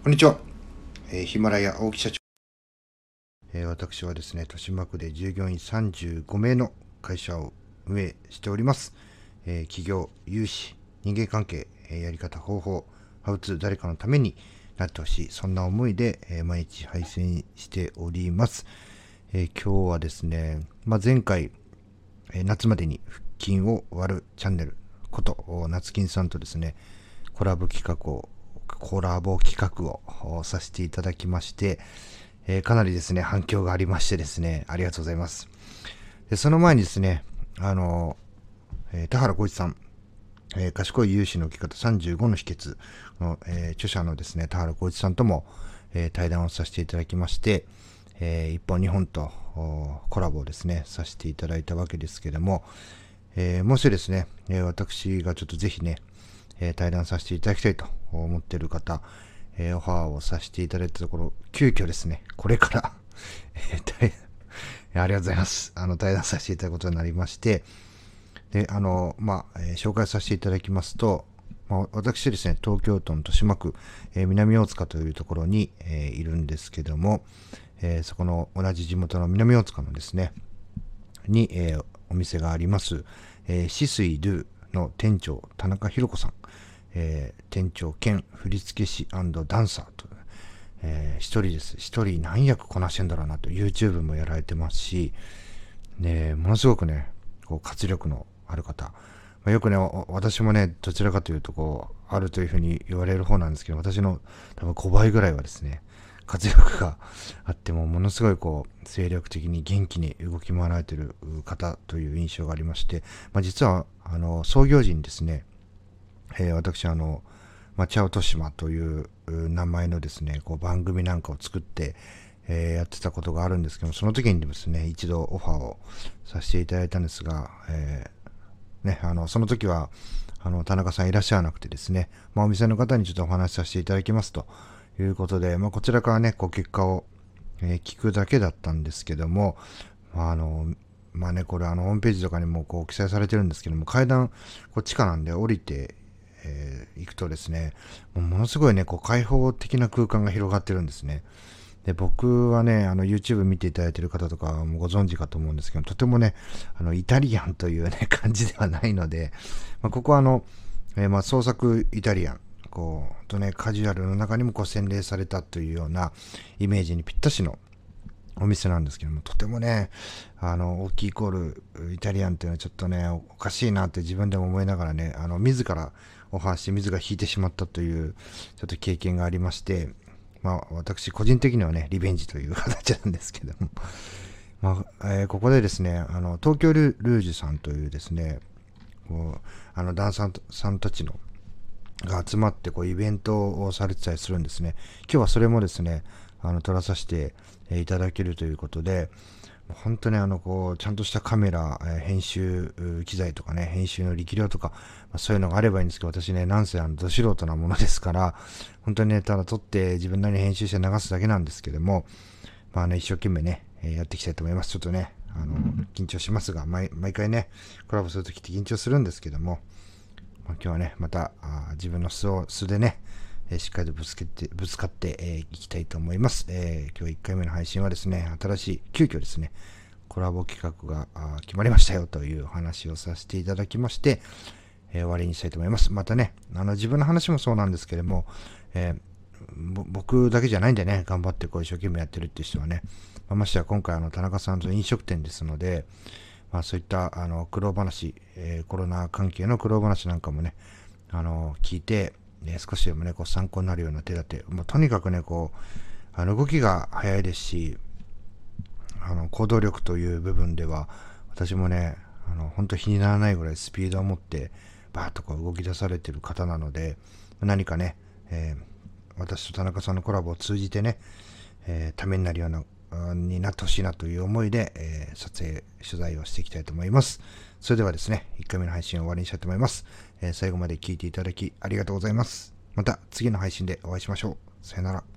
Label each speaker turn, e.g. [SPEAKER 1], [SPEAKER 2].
[SPEAKER 1] こんにちは。ヒマラヤ大木社長。私はですね、豊島区で従業員35名の会社を運営しております。企業、融資、人間関係、やり方、方法、ハウツー、誰かのためになってほしい。そんな思いで、毎日配信しております。今日はですね、前回、夏までに腹筋を割るチャンネルこと夏金さんとですね、コラボ企画をさせていただきまして、かなりですね反響がありましてですね、ありがとうございます。でその前にですね、田原浩一さん、賢い融資の受け方35の秘訣の、著者のですね田原浩一さんとも、対談をさせていただきまして、1本2本とコラボをですねさせていただいたわけですけども、もしですね、私がちょっとぜひね、対談させていただきたいと思っている方、オファーをさせていただいたところ、急遽ですね、これからありがとうございます。対談させていただくことになりまして、で、紹介させていただきますと、私ですね、東京都の豊島区、南大塚というところに、いるんですけども、そこの同じ地元の南大塚のですね、に、お店があります、シスイドゥの店長、田中弘子さん、店長兼振付師ダンサーと、一人です。一人何役こなしてんだろうなと、YouTube もやられてますし、ね、ものすごくね、こう活力のある方。よくね、私もね、どちらかというと、あるというふうに言われる方なんですけど、私の多分5倍ぐらいはですね、活力があっても、ものすごい精力的に元気に動き回られている方という印象がありまして、実は、創業時にですね、私、チャオトシマという名前のですね、番組なんかを作って、やってたことがあるんですけども、その時にですね、一度オファーをさせていただいたんですが、その時は、田中さんいらっしゃらなくてですね、お店の方にちょっとお話しさせていただきますということで、こちらからね、結果を、聞くだけだったんですけども、これホームページとかにも記載されてるんですけども、階段、地下なんで降りて、行くとですね、ものすごいね、開放的な空間が広がってるんですね。で、僕はね、YouTube 見ていただいている方とかもご存知かと思うんですけど、とてもね、イタリアンというね、感じではないので、ここは創作イタリアン、カジュアルの中にも洗練されたというようなイメージにぴったしのお店なんですけども、とてもね、大きいイコールイタリアンっていうのはちょっとね、おかしいなって自分でも思いながらね、自らオファーして自ら引いてしまったという、ちょっと経験がありまして、私個人的にはね、リベンジという形なんですけども、ここでですね、東京ルージュさんというですね、ダンサーさんたちのが集まってイベントをされてたりするんですね。今日はそれもですね、撮らさせていただけるということで、本当にちゃんとしたカメラ、編集機材とかね、編集の力量とか、そういうのがあればいいんですけど、私ね、なんせど素人なものですから、本当にね、ただ撮って自分なりに編集して流すだけなんですけども、一生懸命ね、やっていきたいと思います。ちょっとね、緊張しますが、毎回ね、コラボするときって緊張するんですけども、今日はね、また自分の素でね、しっかりとぶつかっていきたいと思います。今日1回目の配信はですね、急遽ですね、コラボ企画が決まりましたよというお話をさせていただきまして、終わりにしたいと思います。またね、自分の話もそうなんですけれども、僕だけじゃないんでね、頑張って一生懸命やってるっていう人はね、ましてや今回田中さんと飲食店ですので、そういった苦労話、コロナ関係の苦労話なんかもね、聞いて、少しでもね、参考になるような手立て、とにかくね、動きが早いですし、行動力という部分では、私もね、本当比にならないぐらいスピードを持って、バーッと動き出されている方なので、何かね、私と田中さんのコラボを通じてね、ためになるような、になってほしいなという思いで、撮影、取材をしていきたいと思います。それではですね、1回目の配信を終わりにしたいと思います。最後まで聞いていただきありがとうございます。また次の配信でお会いしましょう。さよなら。